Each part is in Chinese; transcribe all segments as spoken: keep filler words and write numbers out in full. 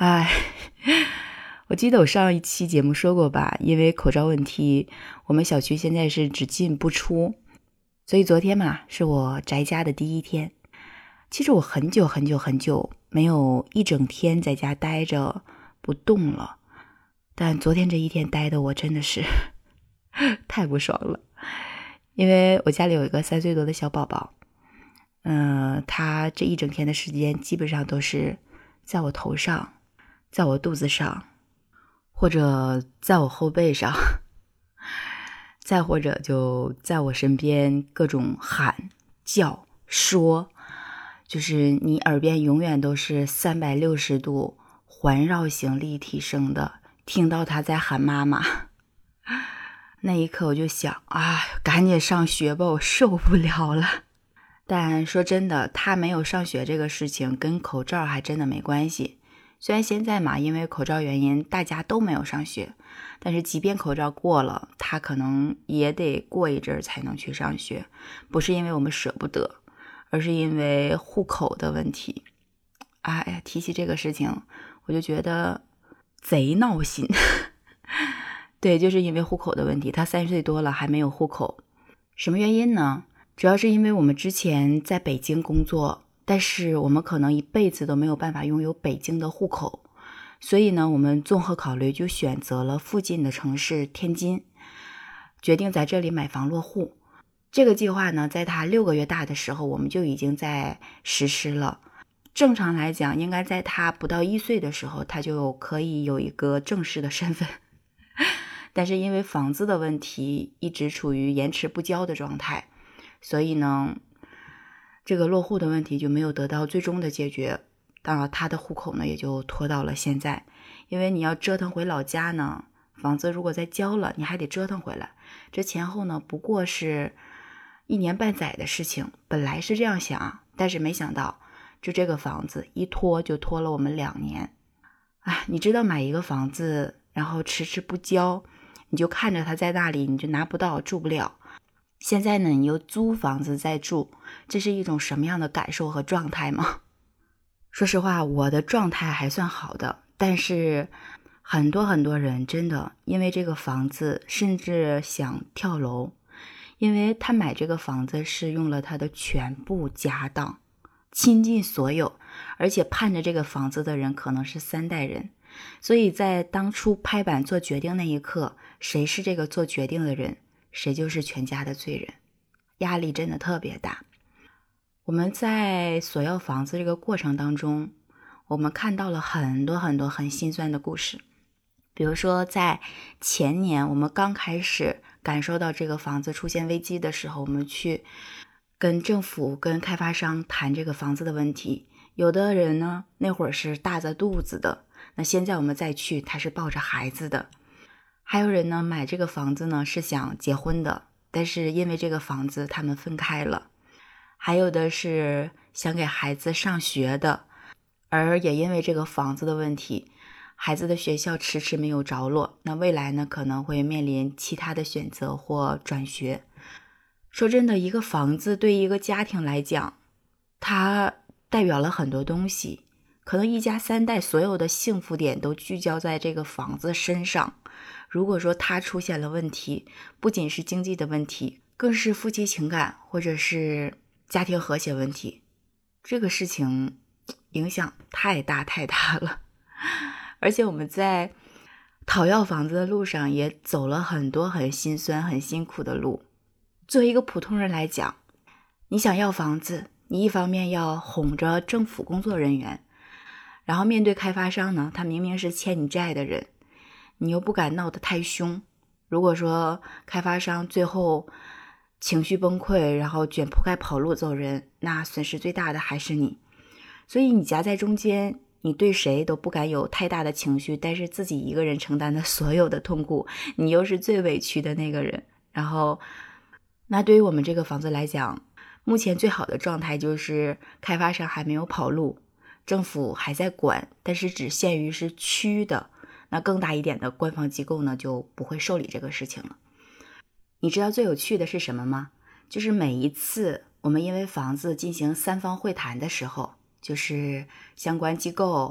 哎，我记得我上一期节目说过吧，因为口罩问题，我们小区现在是只进不出，所以昨天嘛，是我宅家的第一天。其实我很久很久很久没有一整天在家待着不动了，但昨天这一天待的我真的是太不爽了。因为我家里有一个三岁多的小宝宝，嗯、呃，他这一整天的时间基本上都是在我头上，在我肚子上，或者在我后背上，再或者就在我身边各种喊叫说，就是你耳边永远都是三百六十度环绕型立体声的听到他在喊妈妈。那一刻我就想，啊，赶紧上学吧，我受不了了。但说真的，他没有上学这个事情跟口罩还真的没关系。虽然现在嘛，因为口罩原因大家都没有上学，但是即便口罩过了，他可能也得过一阵才能去上学。不是因为我们舍不得，而是因为户口的问题。哎呀，提起这个事情我就觉得贼闹心。对，就是因为户口的问题，他三岁多了还没有户口。什么原因呢？主要是因为我们之前在北京工作，但是我们可能一辈子都没有办法拥有北京的户口，所以呢，我们综合考虑就选择了附近的城市天津，决定在这里买房落户。这个计划呢，在他六个月大的时候，我们就已经在实施了。正常来讲，应该在他不到一岁的时候，他就可以有一个正式的身份。但是因为房子的问题，一直处于延迟不交的状态，所以呢，这个落户的问题就没有得到最终的解决。当然他的户口呢也就拖到了现在。因为你要折腾回老家呢，房子如果再交了，你还得折腾回来，这前后呢不过是一年半载的事情。本来是这样想，但是没想到就这个房子一拖就拖了我们两年。哎，你知道买一个房子然后迟迟不交，你就看着他在那里，你就拿不到，住不了。现在呢，你又租房子在住，这是一种什么样的感受和状态吗？说实话，我的状态还算好的，但是很多很多人真的因为这个房子甚至想跳楼，因为他买这个房子是用了他的全部家当，倾尽所有，而且盼着这个房子的人可能是三代人。所以在当初拍板做决定那一刻，谁是这个做决定的人，谁就是全家的罪人。压力真的特别大。我们在索要房子这个过程当中，我们看到了很多很多很心酸的故事。比如说在前年我们刚开始感受到这个房子出现危机的时候，我们去跟政府跟开发商谈这个房子的问题。有的人呢那会儿是大着肚子的，那现在我们再去，他是抱着孩子的。还有人呢买这个房子呢是想结婚的，但是因为这个房子他们分开了。还有的是想给孩子上学的，而也因为这个房子的问题，孩子的学校迟迟没有着落，那未来呢可能会面临其他的选择或转学。说真的，一个房子对一个家庭来讲，它代表了很多东西，可能一家三代所有的幸福点都聚焦在这个房子身上。如果说它出现了问题，不仅是经济的问题，更是夫妻情感或者是家庭和谐问题，这个事情影响太大太大了。而且我们在讨要房子的路上也走了很多很心酸很辛苦的路。作为一个普通人来讲，你想要房子，你一方面要哄着政府工作人员，然后面对开发商呢，他明明是欠你债的人，你又不敢闹得太凶。如果说开发商最后情绪崩溃，然后卷铺盖跑路走人，那损失最大的还是你。所以你夹在中间，你对谁都不敢有太大的情绪，但是自己一个人承担的所有的痛苦，你又是最委屈的那个人。然后那对于我们这个房子来讲，目前最好的状态就是开发商还没有跑路，政府还在管，但是只限于是区的，那更大一点的官方机构呢就不会受理这个事情了。你知道最有趣的是什么吗？就是每一次我们因为房子进行三方会谈的时候，就是相关机构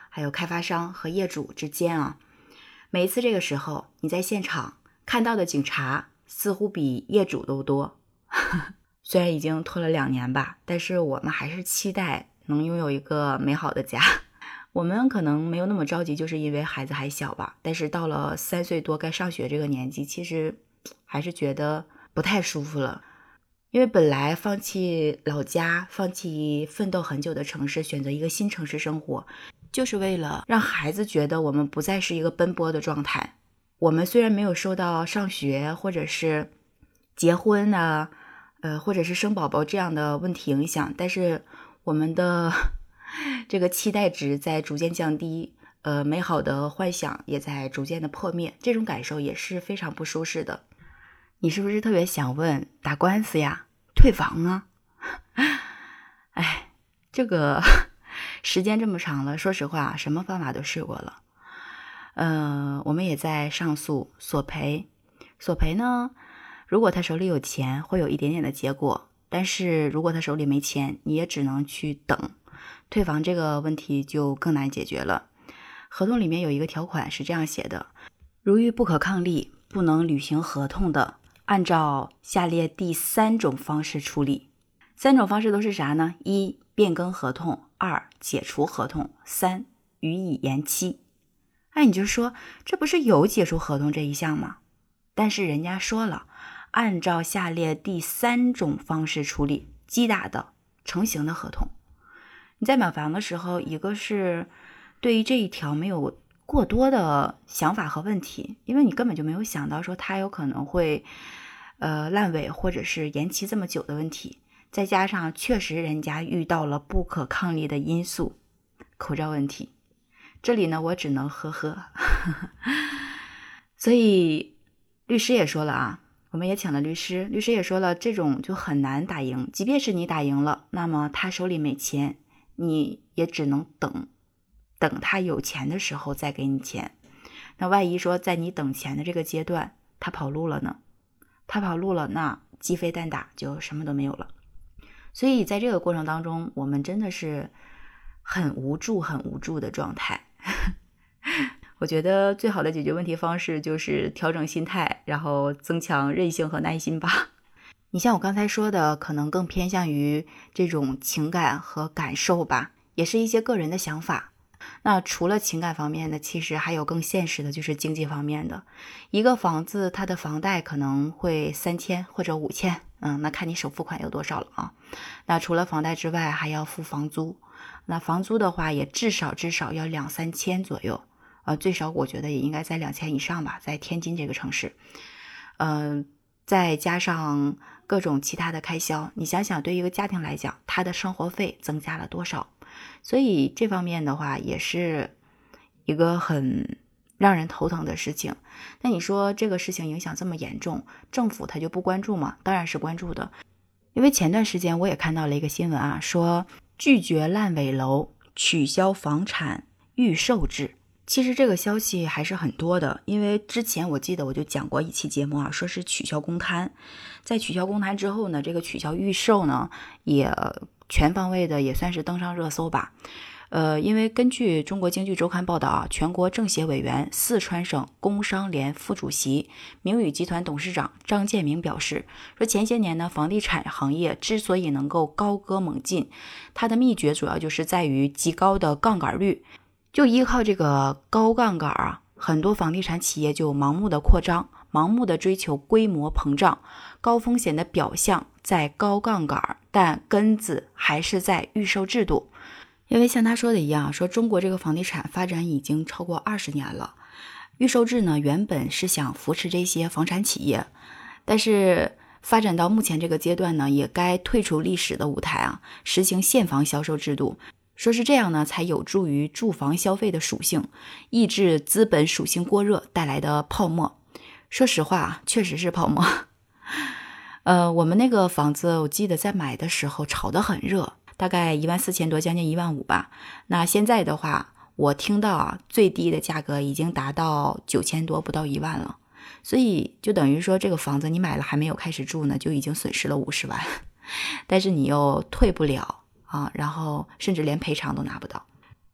还有开发商和业主之间啊，每一次这个时候你在现场看到的警察似乎比业主都多。虽然已经拖了两年吧，但是我们还是期待能拥有一个美好的家。我们可能没有那么着急，就是因为孩子还小吧，但是到了三岁多该上学这个年纪，其实还是觉得不太舒服了。因为本来放弃老家，放弃奋斗很久的城市，选择一个新城市生活，就是为了让孩子觉得我们不再是一个奔波的状态。我们虽然没有受到上学或者是结婚啊，呃，或者是生宝宝这样的问题影响，但是我们的这个期待值在逐渐降低，呃，美好的幻想也在逐渐的破灭，这种感受也是非常不舒适的。你是不是特别想问，打官司呀，退房啊？哎，这个时间这么长了，说实话，什么方法都试过了。呃，我们也在上诉索赔。索赔呢，如果他手里有钱，会有一点点的结果，但是如果他手里没钱，你也只能去等。退房这个问题就更难解决了。合同里面有一个条款是这样写的：如遇不可抗力，不能履行合同的，按照下列第三种方式处理。三种方式都是啥呢？一、变更合同；二、解除合同；三、予以延期。哎，你就说这不是有解除合同这一项吗？但是人家说了，按照下列第三种方式处理击打的成型的合同。你在买房的时候，一个是对于这一条没有过多的想法和问题，因为你根本就没有想到说它有可能会呃烂尾或者是延期这么久的问题，再加上确实人家遇到了不可抗力的因素，口罩问题。这里呢我只能呵呵所以律师也说了啊，我们也请了律师，律师也说了，这种就很难打赢，即便是你打赢了，那么他手里没钱，你也只能等等他有钱的时候再给你钱。那万一说在你等钱的这个阶段他跑路了呢？他跑路了，那鸡飞蛋打，就什么都没有了。所以在这个过程当中，我们真的是很无助很无助的状态我觉得最好的解决问题方式就是调整心态，然后增强韧性和耐心吧。你像我刚才说的，可能更偏向于这种情感和感受吧，也是一些个人的想法。那除了情感方面的，其实还有更现实的，就是经济方面的。一个房子它的房贷可能会三千或者五千，嗯，那看你首付款有多少了啊。那除了房贷之外，还要付房租。那房租的话，也至少至少要两三千左右，呃，最少我觉得也应该在两千以上吧，在天津这个城市。嗯、呃，再加上各种其他的开销，你想想对一个家庭来讲，他的生活费增加了多少？所以这方面的话也是一个很让人头疼的事情。那你说这个事情影响这么严重，政府他就不关注吗？当然是关注的。因为前段时间我也看到了一个新闻啊，说拒绝烂尾楼，取消房产预售制。其实这个消息还是很多的，因为之前我记得我就讲过一期节目啊，说是取消公摊，在取消公摊之后呢，这个取消预售呢也全方位的也算是登上热搜吧。呃，因为根据中国经济周刊报道啊，全国政协委员、四川省工商联副主席、明宇集团董事长张建明表示，说前些年呢，房地产行业之所以能够高歌猛进，它的秘诀主要就是在于极高的杠杆率。就依靠这个高杠杆啊，很多房地产企业就盲目的扩张，盲目的追求规模膨胀，高风险的表象在高杠杆，但根子还是在预售制度。因为像他说的一样，说中国这个房地产发展已经超过二十年了，预售制呢原本是想扶持这些房产企业，但是发展到目前这个阶段呢，也该退出历史的舞台啊，实行现房销售制度。说是这样呢，才有助于住房消费的属性，抑制资本属性过热带来的泡沫。说实话，确实是泡沫。呃，我们那个房子，我记得在买的时候炒得很热，大概一万四千多，将近一万五吧。那现在的话，我听到啊，最低的价格已经达到九千多，不到一万了。所以就等于说，这个房子你买了还没有开始住呢，就已经损失了五十万，但是你又退不了。啊，然后甚至连赔偿都拿不到。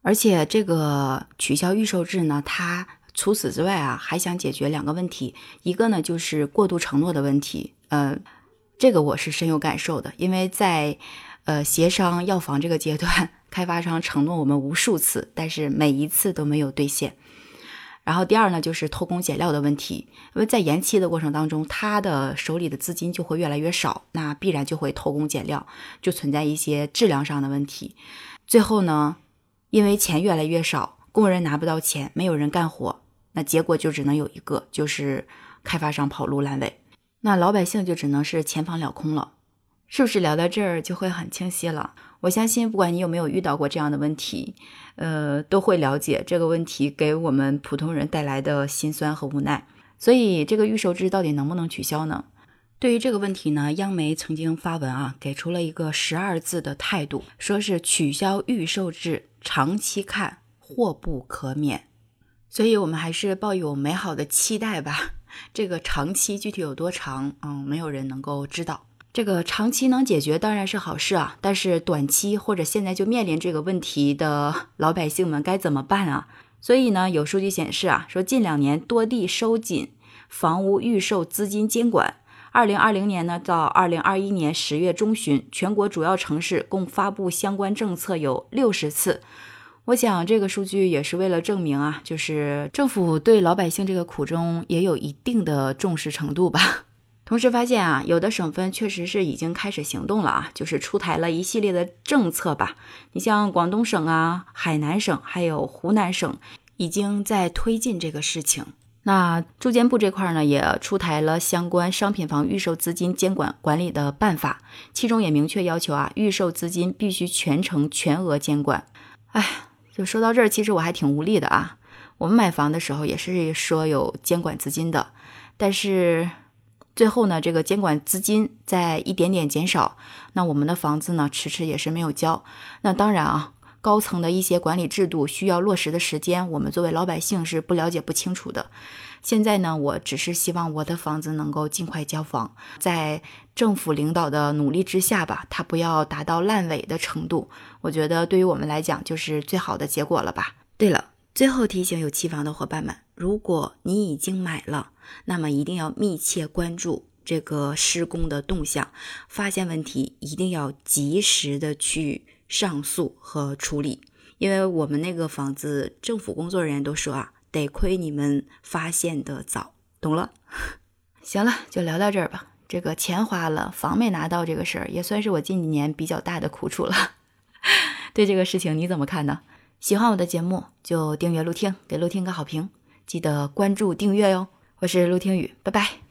而且这个取消预售制呢，它除此之外啊，还想解决两个问题，一个呢就是过度承诺的问题，呃，这个我是深有感受的，因为在呃协商药房这个阶段，开发商承诺我们无数次，但是每一次都没有兑现。然后第二呢，就是偷工减料的问题，因为在延期的过程当中，他的手里的资金就会越来越少，那必然就会偷工减料，就存在一些质量上的问题。最后呢，因为钱越来越少，工人拿不到钱，没有人干活，那结果就只能有一个，就是开发商跑路烂尾，那老百姓就只能是钱房了空了。是不是聊到这儿就会很清晰了？我相信不管你有没有遇到过这样的问题，呃，都会了解这个问题给我们普通人带来的辛酸和无奈。所以这个预售制到底能不能取消呢？对于这个问题呢，央媒曾经发文啊，给出了一个十二字的态度，说是取消预售制，长期看或不可免。所以我们还是抱有美好的期待吧。这个长期具体有多长，嗯，没有人能够知道。这个长期能解决当然是好事啊，但是短期或者现在就面临这个问题的老百姓们该怎么办啊？所以呢，有数据显示啊，说近两年多地收紧房屋预售资金监管。二零二零年呢到二零二一年十月中旬，全国主要城市共发布相关政策有六十次。我想这个数据也是为了证明啊，就是政府对老百姓这个苦衷也有一定的重视程度吧。同时发现啊，有的省份确实是已经开始行动了啊，就是出台了一系列的政策吧。你像广东省啊、海南省还有湖南省已经在推进这个事情。那住建部这块呢，也出台了相关商品房预售资金监管管理的办法，其中也明确要求啊，预售资金必须全程全额监管。哎，就说到这儿，其实我还挺无力的啊。我们买房的时候也是说有监管资金的，但是最后呢，这个监管资金在一点点减少，那我们的房子呢，迟迟也是没有交。那当然啊，高层的一些管理制度需要落实的时间，我们作为老百姓是不了解不清楚的。现在呢，我只是希望我的房子能够尽快交房，在政府领导的努力之下吧，它不要达到烂尾的程度，我觉得对于我们来讲就是最好的结果了吧。对了，最后提醒有期房的伙伴们，如果你已经买了，那么一定要密切关注这个施工的动向，发现问题一定要及时的去上诉和处理。因为我们那个房子政府工作人员都说啊，得亏你们发现的早，懂了？行了，就聊到这儿吧。这个钱花了，房没拿到这个事儿，也算是我近几年比较大的苦处了。对这个事情你怎么看呢？喜欢我的节目就订阅陆听，给陆听个好评，记得关注订阅哟。我是陆听雨，拜拜。